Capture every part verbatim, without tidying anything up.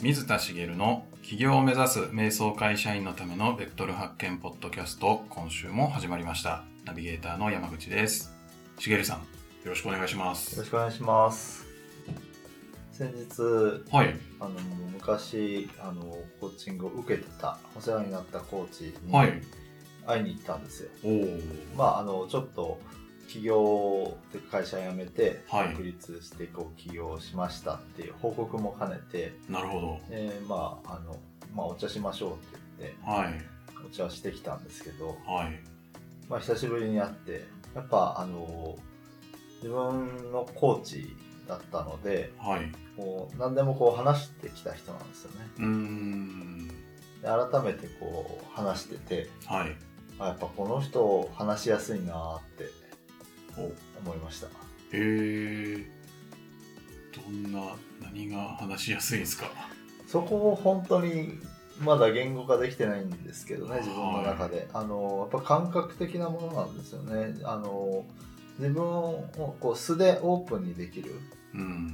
水田茂の起業を目指す瞑想会社員のためのベクトル発見ポッドキャスト、今週も始まりました。ナビゲーターの山口です。茂さん、よろしくお願いします。 よろしくお願いします。先日、はい、あの昔あのコーチングを受けてたお世話になったコーチに会いに行ったんですよ。はい、まああのちょっと起業で会社辞めて独立してこう起業しましたっていう報告も兼ねて、 なるほど。 えー、まああのまあお茶しましょうって言って、はい、お茶してきたんですけど、はい、まあ久しぶりに会ってやっぱあの自分のコーチだったので、はい、こう何でもこう話してきた人なんですよね。うーんで改めてこう話してて、はい、あやっぱこの人話しやすいなって思いました。へえ。どんな何が話しやすいですか？ そこを本当にまだ言語化できてないんですけどね、自分の中で、はい、あのやっぱ感覚的なものなんですよね。あの自分をこう素でオープンにできる、うん、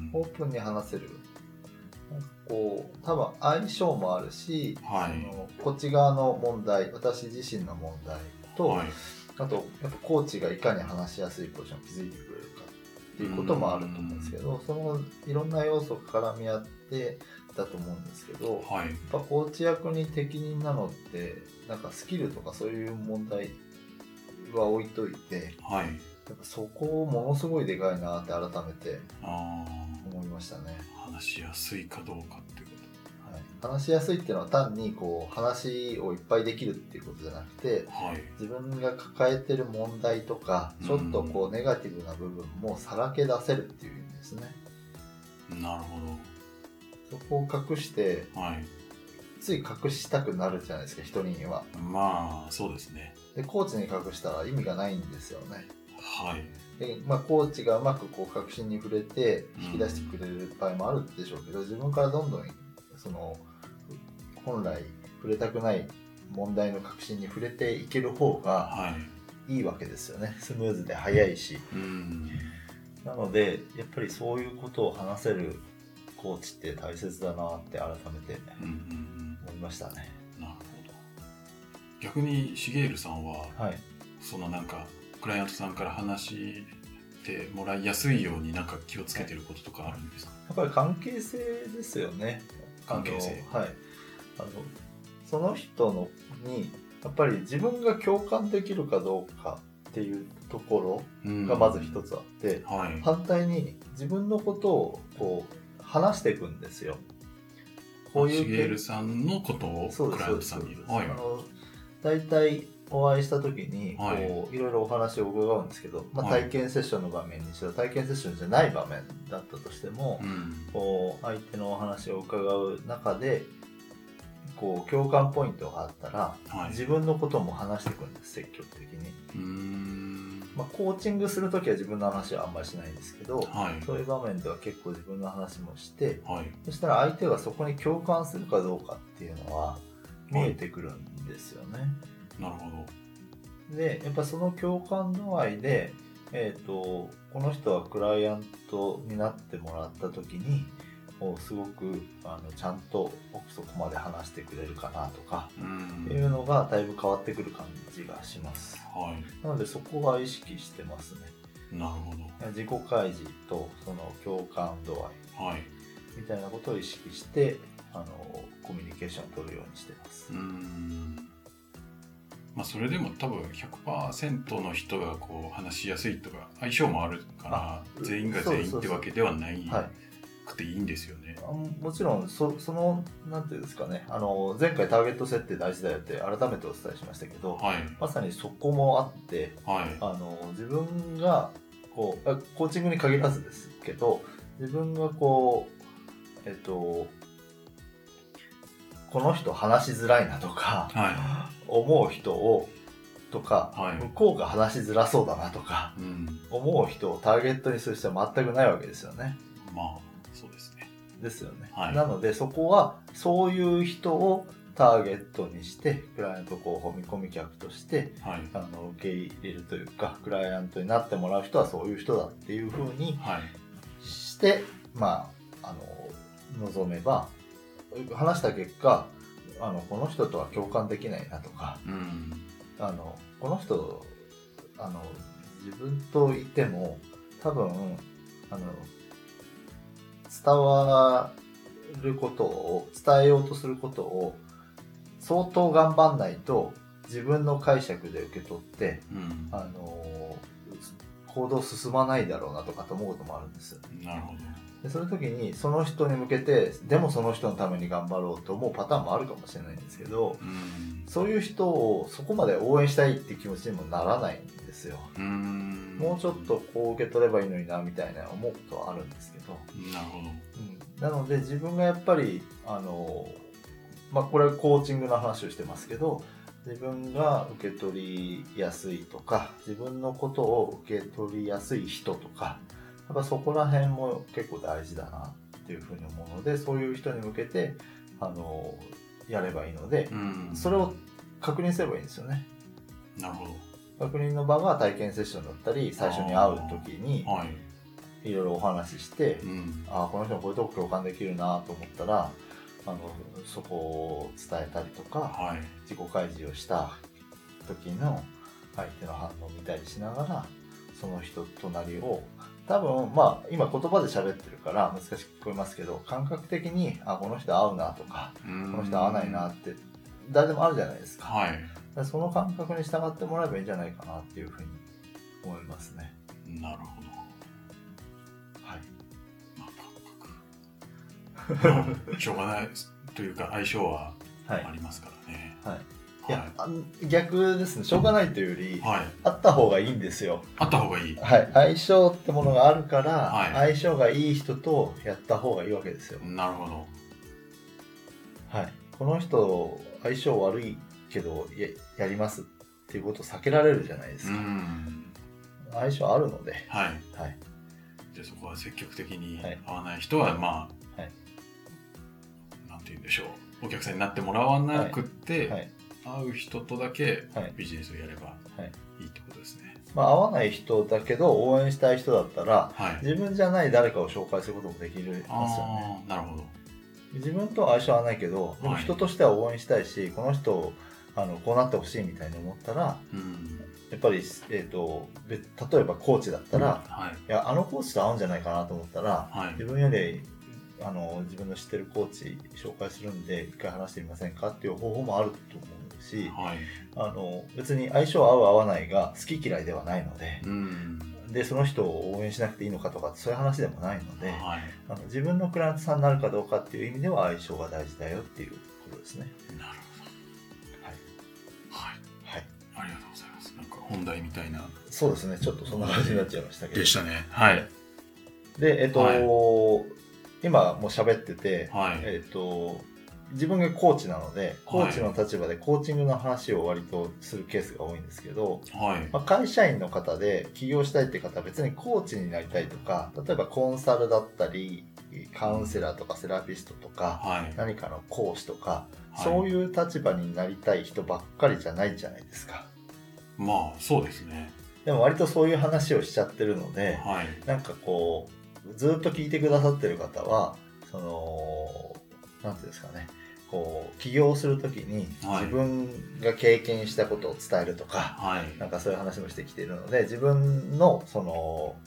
オープンに話せる、なんかこう多分相性もあるし、はい、そのこっち側の問題、私自身の問題と、はい、あとやっぱコーチがいかに話しやすいポジションを築いてくれるかっていうこともあると思うんですけど、そのいろんな要素が絡み合ってだと思うんですけど、はい、やっぱコーチ役に適任なのってなんかスキルとかそういう問題は置いといて、はい、やっぱそこをものすごいでかいなって改めて思いましたね。 話しやすいかどうかっていうこと、はい、話しやすいっていうのは単にこう話をいっぱいできるっていうことじゃなくて、はい、自分が抱えてる問題とかちょっとこうネガティブな部分もさらけ出せるっていう意味ですね。 なるほど。 そこを隠して、はい、つい隠したくなるじゃないですか、人には。 まあそうですね。 でコーチに隠したら意味がないんですよね。 はい。 でまあ、コーチがうまくこう確信に触れて引き出してくれる場合もあるでしょうけど、うん、自分からどんどんその本来触れたくない問題の確信に触れていける方がいいわけですよね。スムーズで早いし、うん、なのでやっぱりそういうことを話せるコーチって大切だなって改めて思いましたね。 うんうんうん、なるほど。逆に茂さんは、はい、そのなんかクライアントさんから話してもらいやすいようになんか気をつけてることとかあるんですか？ やっぱり関係性ですよね。 関係性。 はい。あのその人のにやっぱり自分が共感できるかどうかっていうところがまず一つあって、うんはい、反対に自分のことをこう話していくんですよ。 こういう茂さんのことをクライアントさんに。 はい、あのだいたいお会いした時にこう、はい、いろいろお話を伺うんですけど、まあ、体験セッションの場面にしろ、体験セッションじゃない場面だったとしても、うん、こう相手のお話を伺う中でこう共感ポイントがあったら、はい、自分のことも話していくんです、積極的に。うーん、まあ、コーチングする時は自分の話はあんまりしないんですけど、はい、そういう場面では結構自分の話もして、はい、そしたら相手がそこに共感するかどうかっていうのは見えてくるんですよね。はい、 なるほど。でやっぱその共感度合いで、えーと、この人はクライアントになってもらった時にもうすごくあのちゃんと奥底まで話してくれるかなとかっていうのがだいぶ変わってくる感じがします。はい、なのでそこは意識してますね。 なるほど。 自己開示とその共感度合い、はい、みたいなことを意識してあのコミュニケーションを取るようにしてます。うーん、 まあ、それでも多分 ひゃくパーセント の人がこう話しやすいとか相性もあるから全員が全員ってわけではないくていいんですよね。 あもちろん そ, そのなんていうんですかね、あの前回ターゲット設定大事だよって改めてお伝えしましたけど、はい、まさにそこもあって、はい、あの自分がこうコーチングに限らずですけど自分がこうえっとこの人話しづらいなとか、はい、思う人をとか、はい、向こうが話しづらそうだなとか、うん、思う人をターゲットにする必要は全くないわけですよね。 まあそうですね。 ですよね。はい、なのでそこはそういう人をターゲットにしてクライアント候補見込み客として、はい、あの受け入れるというかクライアントになってもらう人はそういう人だっていう風にして、はい、まああの望めば話した結果あのこの人とは共感できないなとか、 うん、 あのこの人あの自分といても多分あの伝わることを伝えようとすることを相当頑張んないと自分の解釈で受け取って、うん、あの行動進まないだろうなとかと思うこともあるんですよ。 なるほど。 でそういう時にその人に向けてでもその人のために頑張ろうと思うパターンもあるかもしれないんですけど、うん、そういう人をそこまで応援したいっていう気持ちにもならないんですよ。うん、もうちょっとこう受け取ればいいのになみたいな思うことはあるんですけど、 なるほど、 うん、なので自分がやっぱりあの、まあ、これはコーチングの話をしてますけど、自分が受け取りやすいとか自分のことを受け取りやすい人とか、やっぱそこら辺も結構大事だなっていうふうに思うので、そういう人に向けてあのやればいいので、うん、それを確認すればいいんですよね。 なるほど。 確認の場が体験セッションだったり、最初に会う時にいろいろお話しして、うん、ああこの人のこういうとこ共感できるなと思ったら、あのそこを伝えたりとか、はい、自己開示をした時の相手の反応を見たりしながら、その人となりを多分まあ今言葉で喋ってるから難しく聞こえますけど、感覚的にあこの人合うなとかこの人合わないなって誰でもあるじゃないですか、はい、その感覚に従ってもらえばいいんじゃないかなっていうふうに思いますね。 なるほど。 はい。 まあ感覚、まあ、しょうがないというか相性はありますからね。 はい、はいいや、はい、逆ですね。しょうがないというより、はい、あった方がいいんですよ。 あった方がいい。 はい。相性ってものがあるから、はい、相性がいい人とやった方がいいわけですよ。 なるほど。 はい。この人相性悪いけど や, やりますっていうことを避けられるじゃないですか。うん相性あるので。 はい。はい。じゃあそこは積極的に合わない人は、はい、まあ、はい、なんて言うんでしょう。お客さんになってもらわなくって、はいはい会う人とだけビジネスをやればいいってことですね。はいまあ、会わない人だけど応援したい人だったら、はい、自分じゃない誰かを紹介することもできますよね。 なるほど。 自分とは相性はないけど、でも人としては応援したいし、はい、この人をあのこうなってほしいみたいに思ったら、うん、やっぱり、えーと、例えばコーチだったら、うんはい、いやあのコーチと合うんじゃないかなと思ったら、はい、自分よりあの自分の知ってるコーチ紹介するんで一回話してみませんかっていう方法もあると思うし、はい、あの別に相性合う合わないが好き嫌いではないので、うん、でその人を応援しなくていいのかとかそういう話でもないので、はい、あの自分のクライアントさんになるかどうかっていう意味では相性が大事だよっていうことですね。 なるほど。はい、はいはい、ありがとうございます。なんか本題みたいな。 そうですね。ちょっとそんな感じになっちゃいましたけど。 でしたね。はい。 でえっと、はい今もう喋ってて、はいえー、と自分がコーチなのでコーチの立場でコーチングの話を割とするケースが多いんですけど、はいまあ、会社員の方で起業したいって方は別にコーチになりたいとか、例えばコンサルだったりカウンセラーとかセラピストとか、はい、何かの講師とか、はい、そういう立場になりたい人ばっかりじゃないじゃないですか。 まあそうですね。 でも割とそういう話をしちゃってるので、はい、なんかこうずっと聞いてくださってる方はそのなんていうんですかね、こう起業するときに自分が経験したことを伝えるとか、はい、なんかそういう話もしてきているので、自分のその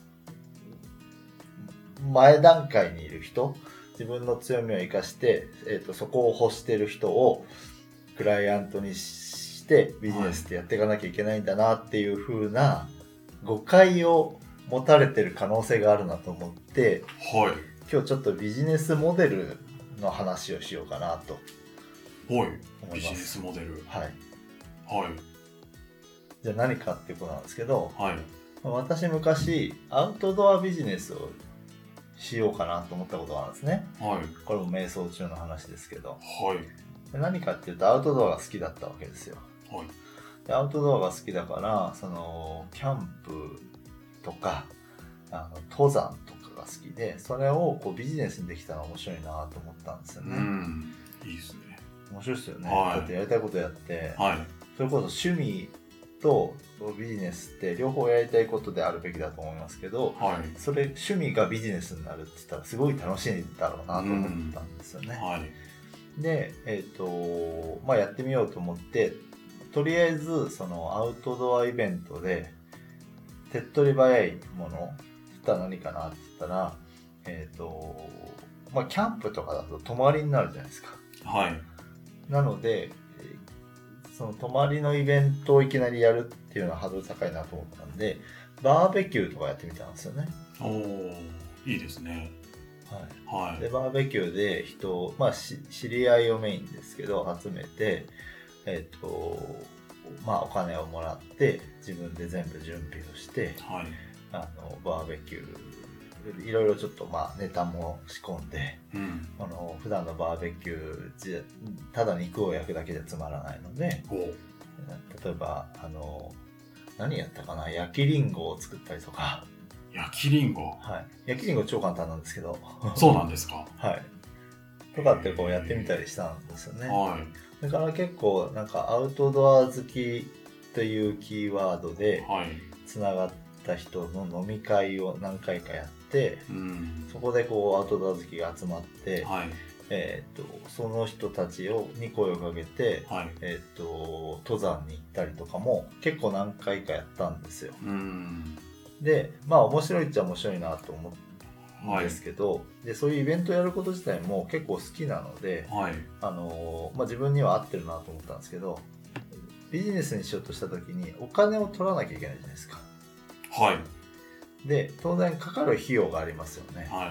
前段階にいる人、自分の強みを生かして、えーと、そこを欲している人をクライアントにしてビジネスってやっていかなきゃいけないんだなっていう風な誤解を持たれてる可能性があるなと思って、はい、今日ちょっとビジネスモデルの話をしようかなと思います。 ビジネスモデル。 はい。 はい。 じゃあ何かっていうことなんですけど、はい、私昔アウトドアビジネスをしようかなと思ったことがあるんですね。はい。これも瞑想中の話ですけど、はい。何かっていうとアウトドアが好きだったわけですよ。はい。でアウトドアが好きだからそのキャンプとかあの登山とかが好きで、それをこうビジネスにできたら面白いなと思ったんですよね。 うん、いいですね。 面白いですよね。はい、だってやりたいことやって、はい、それこそ趣味とビジネスって両方やりたいことであるべきだと思いますけど、はい、それ趣味がビジネスになるって言ったらすごい楽しいんだろうなと思ったんですよね。うんはい、 で、えっと、まあやってみようと思って、とりあえずそのアウトドアイベントで手っ取り早いもの、そしたら何かなって言ったら、えっと、まあキャンプとかだと泊まりになるじゃないですか。 はい。 なので、その泊まりのイベントをいきなりやるっていうのはハードル高いなと思ったんで、バーベキューとかやってみたんですよね。 おー、いいですね。 はい。 はい。 で、バーベキューで人を、まあし知り合いをメインですけど、集めて、えっと、まあお金をもらって、自分で全部準備をして、 はい。 あの、バーベキュー、いろいろちょっとまあネタも仕込んで、 うん、 あの普段のバーベキューじただ肉を焼くだけじゃつまらないので、例えばあの何やったかな、焼きりんごを作ったりとか。 焼きりんご、 はい、焼きりんご超簡単なんですけど。 そうなんですか。 はいとかってこうやってみたりしたんですよね。 はい、 だから結構なんかアウトドア好きというキーワードでつながった人の飲み会を何回かやって、 うん、 そこでこうアウトドア好きが集まって、 はい、 えー、とその人たちをに声をかけて、 はい、 えー、と登山に行ったりとかも結構何回かやったんですよ。 うん、で、 まあ面白いっちゃ面白いなと思うんですけど、はい、でそういうイベントやること自体も結構好きなので、はい、あのまあ、自分には合ってるなと思ったんですけど、ビジネスにしようとした時にお金を取らなきゃいけないじゃないですか。 はい。 で当然かかる費用がありますよね。 はい、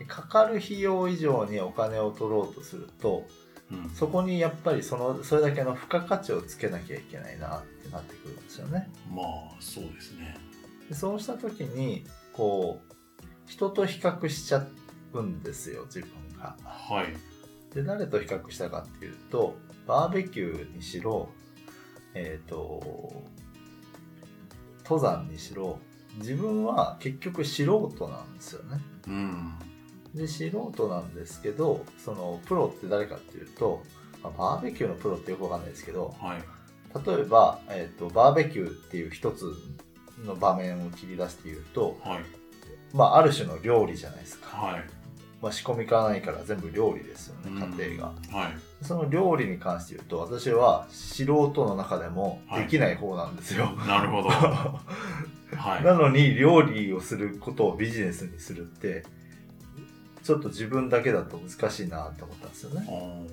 かかる費用以上にお金を取ろうとすると、うん、そこにやっぱりそのそれだけの付加価値をつけなきゃいけないなってなってくるんですよね。 まあそうですね。 でそうした時にこう人と比較しちゃうんですよ、自分が。 はい。 で誰と比較したかっていうと、バーベキューにしろ、えっと登山にしろ、自分は結局素人なんですよね。うん。で素人なんですけど、そのプロって誰かっていうと、まあ、バーベキューのプロってよくわかんないですけど、はい、例えば、えーと、バーベキューっていう一つの場面を切り出して言うと、はい、まあある種の料理じゃないですか。はい、まあ、仕込みからないから全部料理ですよね、家庭が。はい、その料理に関して言うと、私は素人の中でもできない方なんですよ。 はい、なるほど。 はい、なのに料理をすることをビジネスにするってちょっと自分だけだと難しいなって思ったんですよね。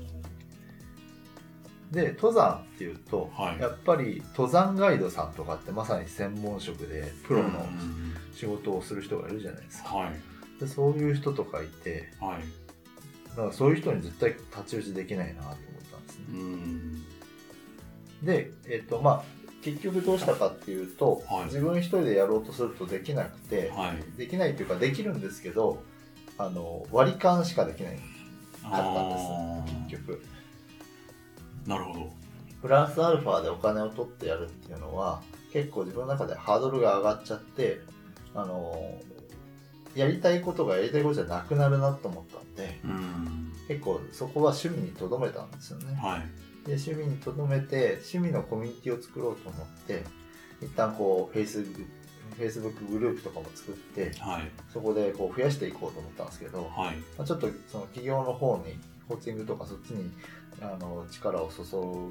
で登山っていうと、はい、やっぱり登山ガイドさんとかってまさに専門職でプロの仕事をする人がいるじゃないですか。はい、でそういう人とかいて、はい、だからそういう人に絶対太刀打ちできないなと思ったんですね。うんで、えーとまあ、結局どうしたかっていうと、はい、自分一人でやろうとするとできなくて、はい、できないっていうかできるんですけど、あの割り勘しかできないかったんです結局。 なるほど。 プラスアルファでお金を取ってやるっていうのは結構自分の中でハードルが上がっちゃって、あのやりたいことがやりたいことじゃなくなるなと思ったんで、うん結構そこは趣味にとどめたんですよね。はい、で趣味にとどめて趣味のコミュニティを作ろうと思って、一旦こう Facebook Facebook グループとかも作って、はい、そこでこう増やしていこうと思ったんですけど、はいまあ、ちょっとその企業の方にコーチングとかそっちにあの力を注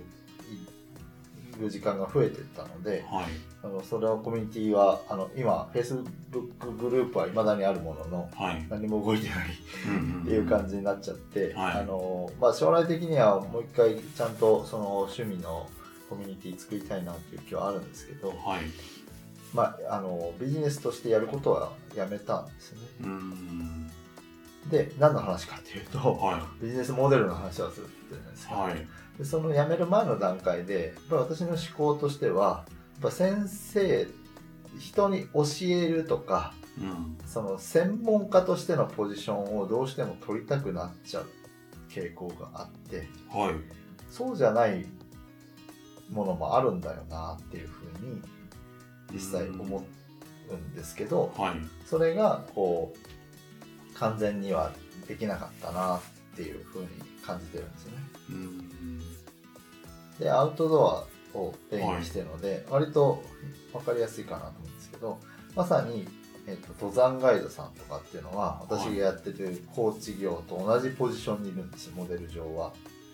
ぐ時間が増えていったので、はい、あのそれのコミュニティはあの今 Facebook グループは未だにあるものの、はい、何も動いてないっていう感じになっちゃって、はいあのまあ、将来的にはもう一回ちゃんとその趣味のコミュニティ作りたいなっていう気はあるんですけど、はいまあ、あのビジネスとしてやることはやめたんですよね。うんで何の話かっていうと、はい、ビジネスモデルの話はするって言ってるじゃないですか。はい、でその辞める前の段階でやっぱり私の思考としてはやっぱ先生人に教えるとか、うん、その専門家としてのポジションをどうしても取りたくなっちゃう傾向があって、はい、そうじゃないものもあるんだよなっていうふうに実際思うんですけど、はい、それがこう完全にはできなかったなっていうふうに感じてるんですよね。うんでアウトドアを例にしてるので、はい、割と分かりやすいかなと思うんですけど、まさに、えっと、登山ガイドさんとかっていうのは私がやっててコーチ業と同じポジションにいるんですよ、モデル上は。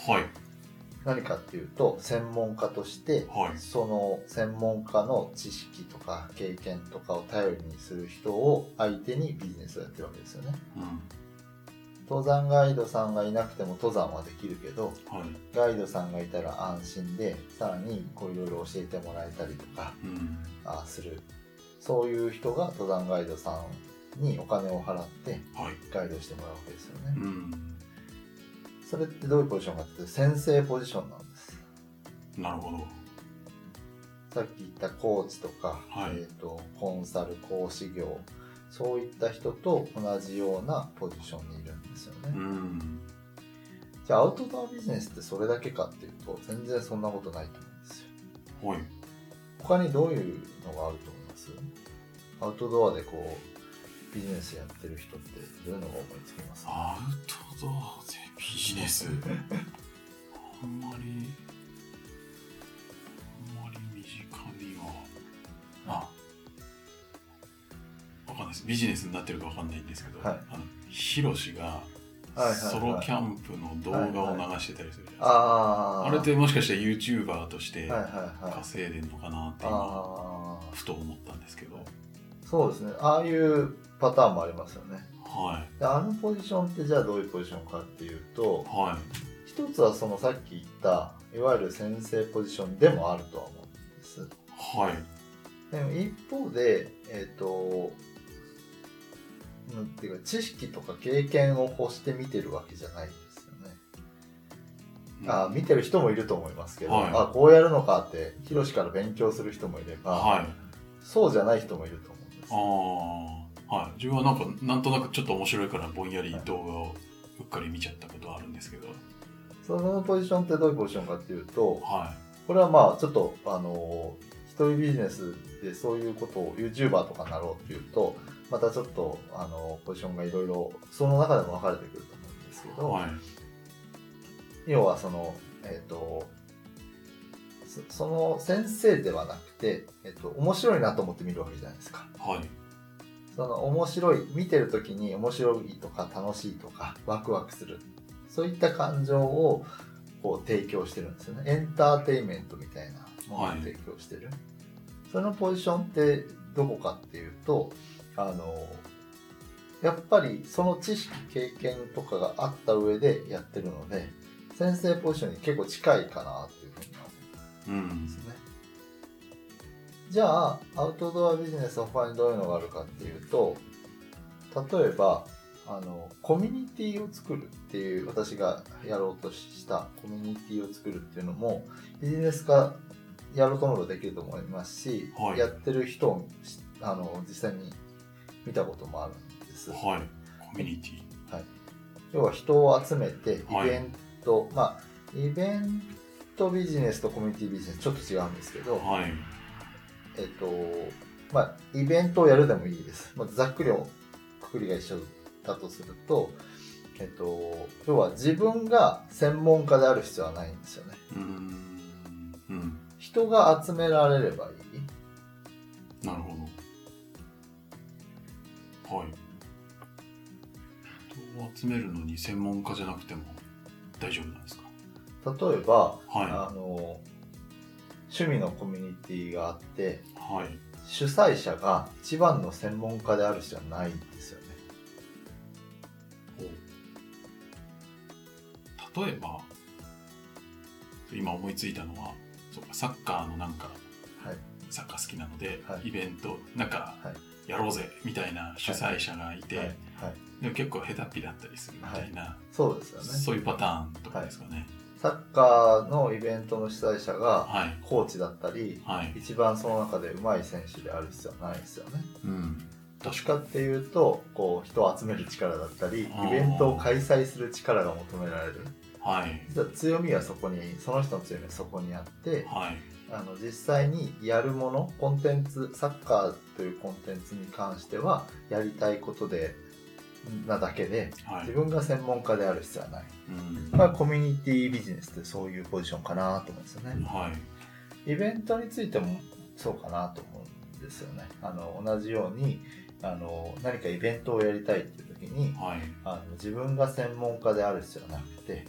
はい。 何かっていうと、専門家として、 はい、 その専門家の知識とか経験とかを頼りにする人を相手にビジネスをやってるわけですよね。うん、登山ガイドさんがいなくても登山はできるけど、はい、ガイドさんがいたら安心で、さらにこういろいろ教えてもらえたりとか、うん、あする。そういう人が登山ガイドさんにお金を払ってガイドしてもらうわけですよね。はい、うん、それってどういうポジションかっていうと、先生ポジションなんです。 なるほど。 さっき言ったコーチとか、はい、えーと、コンサル、講師業、そういった人と同じようなポジションにいるんですよね。うん、じゃあアウトドアビジネスってそれだけかっていうと、全然そんなことないと思うんですよ。はい。他にどういうのがあると思います？アウトドアでこうビジネスやってる人ってどういうのが思いつきます？ アウトドアでビジネスあんまりあんまり身近にはあわかんないです。ビジネスになってるかわかんないんですけど、はい、あのヒロシがソロキャンプの動画を流してたりするじゃないですか。あ, あれってもしかして YouTuber として稼いでんのかなって今ふと思ったんですけど。 そうですね。ああいうパターンもありますよね。はい。であのポジションってじゃあどういうポジションかっていうと、はい、一つはそのさっき言ったいわゆる先生ポジションでもあるとは思うんです。はい。でも一方で、えっと、なんていうか知識とか経験を欲して見てるわけじゃないんですよね。うん、あ見てる人もいると思いますけど、はい、あこうやるのかってヒロシから勉強する人もいれば、はい、そうじゃない人もいると思うんです。 ああ、はい。自分はなんかなんとなくちょっと面白いからぼんやり動画をうっかり見ちゃったことはあるんですけど、はい、 そのポジションってどういうポジションかっていうと、はい、これはまあちょっとあの一人ビジネスでそういうことを YouTuber とかになろうっていうとまたちょっとあのポジションがいろいろその中でも分かれてくると思うんですけど、はい、要はそのえっ、ー、とその先生ではなくて、えっ、ー、と面白いなと思って見るわけじゃないですか。はい。その面白い見てる時に面白いとか楽しいとかワクワクするそういった感情をこう提供してるんですよね。エンターテインメントみたいなものを提供してる。はい、そのポジションってどこかっていうと。あのやっぱりその知識経験とかがあった上でやってるので先生ポジションに結構近いかなっていうふうに思うんですね。うん、じゃあアウトドアビジネスは他にどういうのがあるかっていうと例えばあのコミュニティを作るっていう私がやろうとしたコミュニティを作るっていうのもビジネス化やろうと思えばできると思いますし、はい、やってる人をあの実際に見たこともあるんです。はい。 コミュニティ。はい。要は人を集めてイベント、はい、まあイベントビジネスとコミュニティビジネスちょっと違うんですけど、はい。えっとまあイベントをやるでもいいです。まあ、ざっくりくくりが一緒だとすると、えっと要は自分が専門家である必要はないんですよね。うーん。うん。人が集められればいい。 なるほど。はい、人を集めるのに専門家じゃなくても大丈夫なんですか？ 例えば、はい、あの趣味のコミュニティがあって、はい、主催者が一番の専門家である必要はないんですよね。 例えば今思いついたのはそうかサッカーのなんか、はい、サッカー好きなので、はい、イベントなんか、はいやろうぜみたいな主催者がいて、はいはいはい、でも結構下手っぴだったりするみたいな、はい、 そうですよね。 そういうパターンとかですかね。はい、 サッカーのイベントの主催者がコーチだったり、はい、一番その中で上手い選手である必要はないですよね。うん、どっちかっていうとこう人を集める力だったりイベントを開催する力が求められる。はい、実は強みはそこにその人の強みはそこにあって、はいあの実際にやるものコンテンツサッカーというコンテンツに関してはやりたいことでなだけで、はい、自分が専門家である必要はない、うんまあ、コミュニティビジネスってそういうポジションかなと思うんですよね、はい、イベントについてもそうかなと思うんですよね。あの同じようにあの何かイベントをやりたいっていう時に、はい、あの自分が専門家である必要はなくて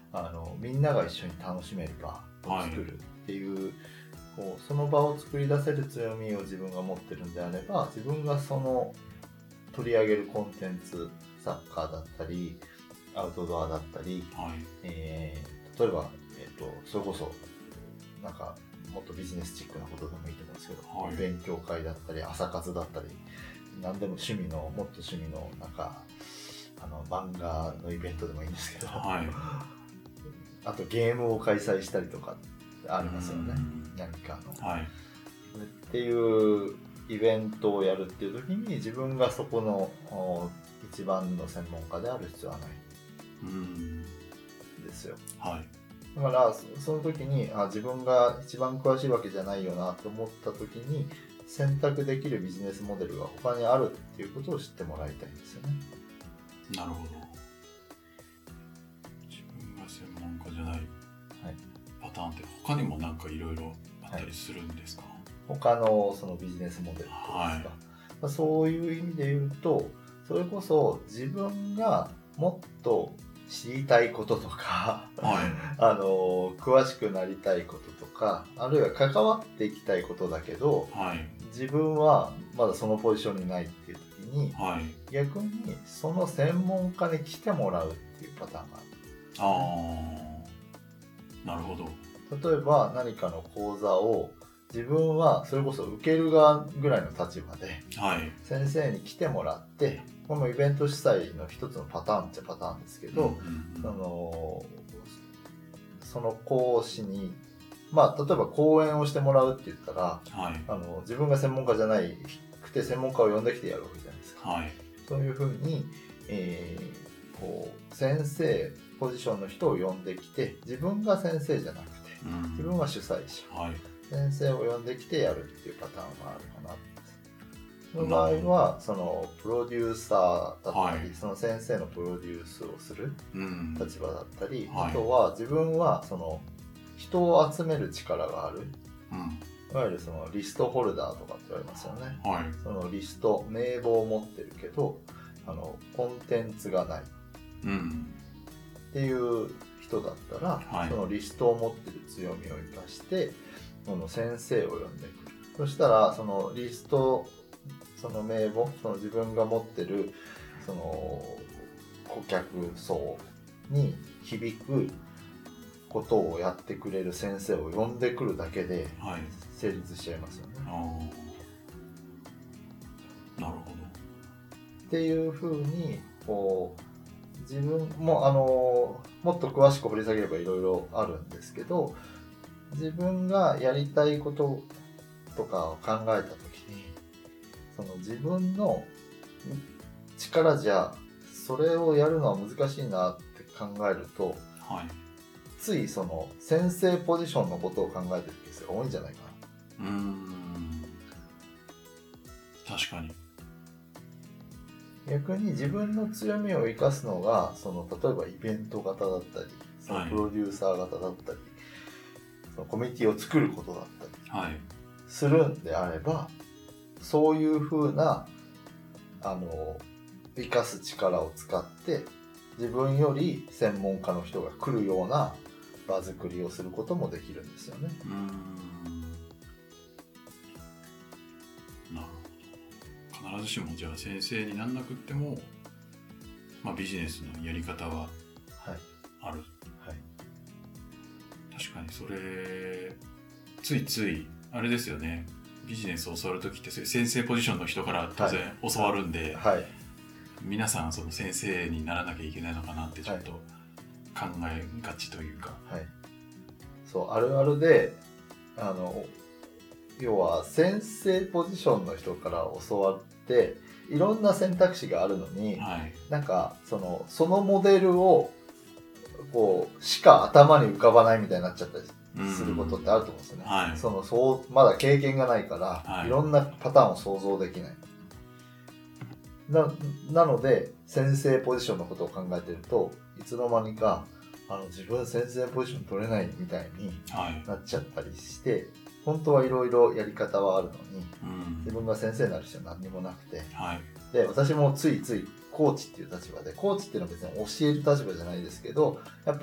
あのみんなが一緒に楽しめる場を作るっていう、はい、こうその場を作り出せる強みを自分が持ってるんであれば、自分がその取り上げるコンテンツ、サッカーだったりアウトドアだったり、はい、えー、例えば、えーと、それこそなんかもっとビジネスチックなことでもいいと思うんですけど、はい、勉強会だったり朝活だったり、何でも趣味のもっと趣味のなんかあの漫画のイベントでもいいんですけど、はい、あとゲームを開催したりとかありますよね、何かの、はい、っていうイベントをやるっていう時に自分がそこの一番の専門家である必要はないんですよ、はい、だからその時にあ自分が一番詳しいわけじゃないよなと思った時に選択できるビジネスモデルが他にあるっていうことを知ってもらいたいんですよね。 なるほど。自分が専門家じゃないパターンって他にも何かいろいろあったりするんですか？はい、 他のそのビジネスモデルですか、はい、まあ、そういう意味で言うとそれこそ自分がもっと知りたいこととか、はい、あの詳しくなりたいこととか、あるいは関わっていきたいことだけど、はい、自分はまだそのポジションにないっていう時に、はい、逆にその専門家に来てもらうっていうパターンがある。 あー、なるほど。 例えば何かの講座を自分はそれこそ受ける側ぐらいの立場で、はい、先生に来てもらってこのイベント主催の一つのパターンっちゃパターンですけど、うんうんうん、そのその講師に、まあ、例えば講演をしてもらうって言ったら、はい、あの自分が専門家じゃないくて専門家を呼んできてやるわけじゃないですか、はい、そういうふうに、えー、こう先生ポジションの人を呼んできて自分が先生じゃなくて、うん、自分は主催者、はい、先生を呼んできてやるっていうパターンがあるかな。その場合はそのプロデューサーだったり、はい、その先生のプロデュースをする立場だったり、うん、あとは自分はその人を集める力がある、うん、いわゆるそのリストホルダーとかって言われますよね、はい、そのリスト名簿を持ってるけどあのコンテンツがない、うん、っていう人だったら、はい、そのリストを持ってる強みを生かしてその先生を呼んでくる。そしたらそのリストその名簿その自分が持ってるその顧客層に響くことをやってくれる先生を呼んでくるだけで成立しちゃいますよね、はい、 なるほどっていうふうにこう自分もあのもっと詳しく掘り下げればいろいろあるんですけど、自分がやりたいこととかを考えた時にその自分の力じゃそれをやるのは難しいなって考えると、はい、ついその先生ポジションのことを考えてるケースが多いんじゃないかな。うーん、 確かに。 逆に自分の強みを生かすのがその例えばイベント型だったりそのプロデューサー型だったり、はい、そのコミュニティを作ることだったりするんであれば、はい、そういう風なあの生かす力を使って自分より専門家の人が来るような場作りをすることもできるんですよね。うーん、 なるほど。必ずしもじゃあ先生になんなくっても、まあ、ビジネスのやり方はある、はいはい、確かにそれついついあれですよね、ビジネスを教わるときって先生ポジションの人から当然教わるんで、はいはい、皆さんその先生にならなきゃいけないのかなってちょっと考えがちというか、はい、 そうあるあるであの要は先生ポジションの人から教わっていろんな選択肢があるのに、はい、なんかそのそのモデルをこうしか頭に浮かばないみたいになっちゃったりすることってあると思うんですよね、はい、そのそうまだ経験がないから、はい、いろんなパターンを想像できない。な, なので先生ポジションのことを考えてるといつの間にかあの自分先生ポジション取れないみたいになっちゃったりして、はい、本当はいろいろやり方はあるのに、うん、自分が先生になる必要は何にもなくて、はい、で私もついついコーチっていう立場でコーチっていうのは別に教える立場じゃないですけどやっぱり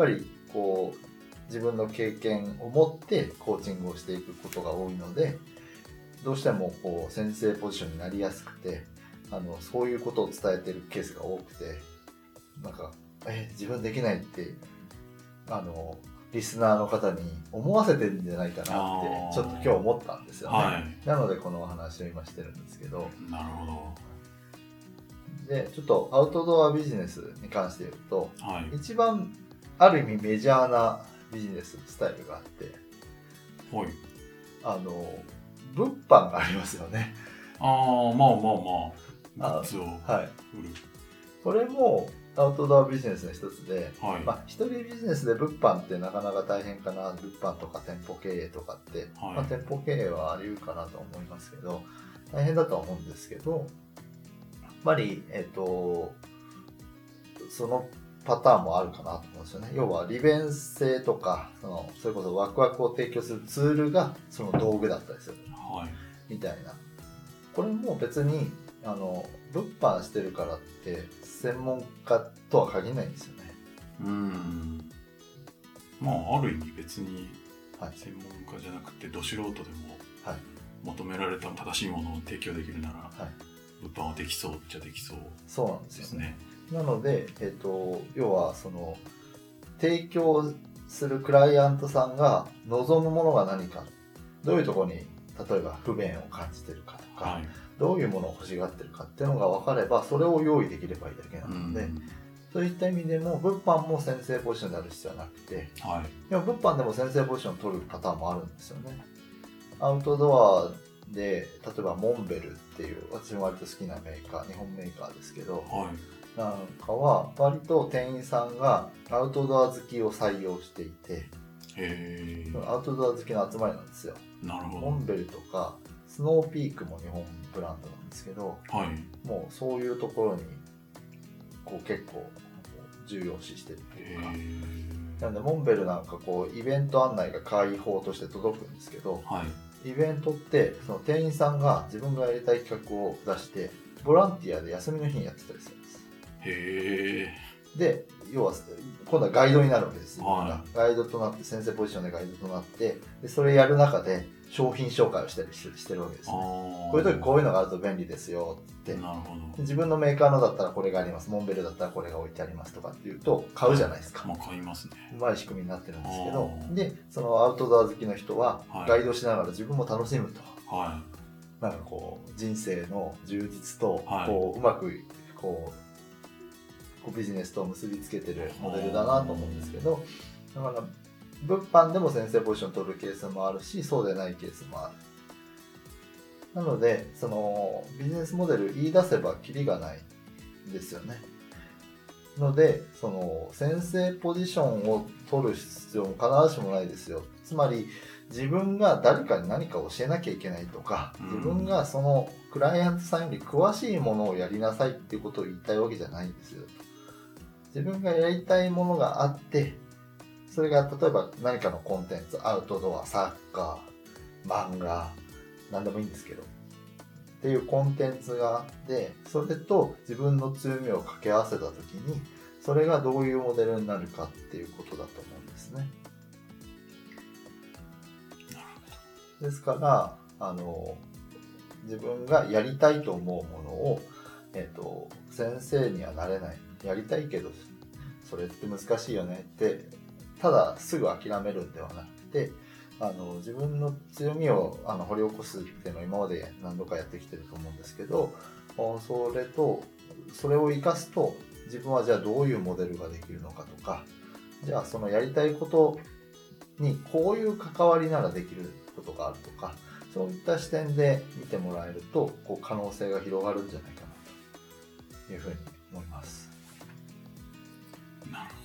こう自分の経験を持ってコーチングをしていくことが多いので、どうしてもこう先生ポジションになりやすくて、あのそういうことを伝えているケースが多くて、なんかえ自分できないってあのリスナーの方に思わせてるんじゃないかなってちょっと今日思ったんですよね、はい、なのでこのお話を今してるんですけど。 なるほど。 でちょっとアウトドアビジネスに関して言うと、 はい、 一番ある意味メジャーなビジネススタイルがあって、 はい、 あの物販がありますよね。 ああ、まあまあまあ、グッズを売る。はい、 これもアウトドアビジネスの一つで、 はい、 まあ、一人ビジネスで物販ってなかなか大変かな、物販とか店舗経営とかって、はい、まあ、店舗経営はあり得るかなと思いますけど、大変だとは思うんですけど、やっぱり、えっと、そのパターンもあるかなと思うんですよね。要は利便性とか、そのそれこそワクワクを提供するツールがその道具だったりする、 はい、 みたいな。これも別にあの物販してるからって専門家とは限らないんですよね。 うーん。まあある意味別に専門家じゃなくてど素人でも求められた正しいものを提供できるなら、はい、物販はできそうっちゃできそうですね。 そうなんですよね。なので、えーと、要はその提供するクライアントさんが望むものが何か、どういうところに例えば不便を感じてるかとか、はい、どういうものを欲しがってるかっていうのが分かればそれを用意できればいいだけなので、うん、そういった意味でも物販も先生ポジションである必要はなくて、はい、でも物販でも先生ポジションを取るパターンもあるんですよね。アウトドアで例えばモンベルっていう私も割と好きなメーカー、日本メーカーですけど、はい、なんかは割と店員さんがアウトドア好きを採用していて、へー、アウトドア好きの集まりなんですよ。なるほど。モンベルとかスノーピークも日本ブランドなんですけど、はい、もうそういうところにこう結構重要視してるというか、なのでモンベルなんかこうイベント案内が開放として届くんですけど、はい、イベントってその店員さんが自分がやりたい企画を出してボランティアで休みの日にやってたりするんです。へー。で要は今度はガイドになるわけです、はい、ガイドとなって先生ポジションでガイドとなってでそれやる中で商品紹介をしたりしてるわけですね。こういう時こういうのがあると便利ですよって。なるほど。自分のメーカーのだったらこれがあります、モンベルだったらこれが置いてありますとかっていうと買うじゃないですか。 まあ買いますね。 うまい仕組みになってるんですけど、でそのアウトドア好きの人はガイドしながら自分も楽しむと、はい、なんかこう人生の充実とこううまくこうビジネスと結びつけてるモデルだなと思うんですけど、だから物販でも先生ポジションを取るケースもあるし、そうでないケースもある。なのでそのビジネスモデル言い出せばキリがないんですよね。のでその先生ポジションを取る必要も必ずしもないですよ。つまり自分が誰かに何か教えなきゃいけないとか、自分がそのクライアントさんより詳しいものをやりなさいっていうことを言いたいわけじゃないんですよ。自分がやりたいものがあって、それが例えば何かのコンテンツ、アウトドア、サッカー、漫画、何でもいいんですけどっていうコンテンツがあって、それと自分の強みを掛け合わせたときにそれがどういうモデルになるかっていうことだと思うんですね。なるほど。ですからあの自分がやりたいと思うものを、えーと、先生にはなれない、やりたいけどそれって難しいよねってただすぐ諦めるんではなくて、あの自分の強みをあの掘り起こすっていうのを今まで何度かやってきてると思うんですけど、それとそれを生かすと自分はじゃあどういうモデルができるのかとか、じゃあそのやりたいことにこういう関わりならできることがあるとか、そういった視点で見てもらえるとこう可能性が広がるんじゃないかなというふうに思います。 なる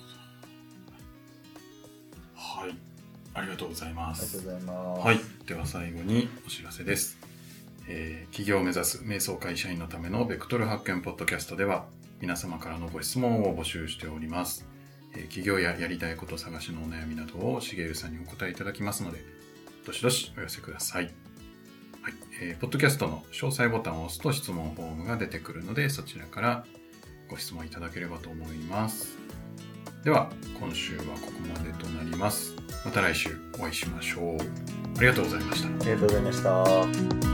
ほど。はい、ありがとうございます。 ありがとうございます。 はい、では最後にお知らせです。えー、起業を目指す瞑想会社員のためのベクトル発見ポッドキャストでは皆様からのご質問を募集しております。えー、起業ややりたいこと探しのお悩みなどをしげゆさんにお答えいただきますので、どしどしお寄せください。はい、えー、ポッドキャストの詳細ボタンを押すと質問フォームが出てくるので、そちらからご質問いただければと思います。 では今週はここまでとなります。また来週お会いしましょう。ありがとうございました。 ありがとうございました。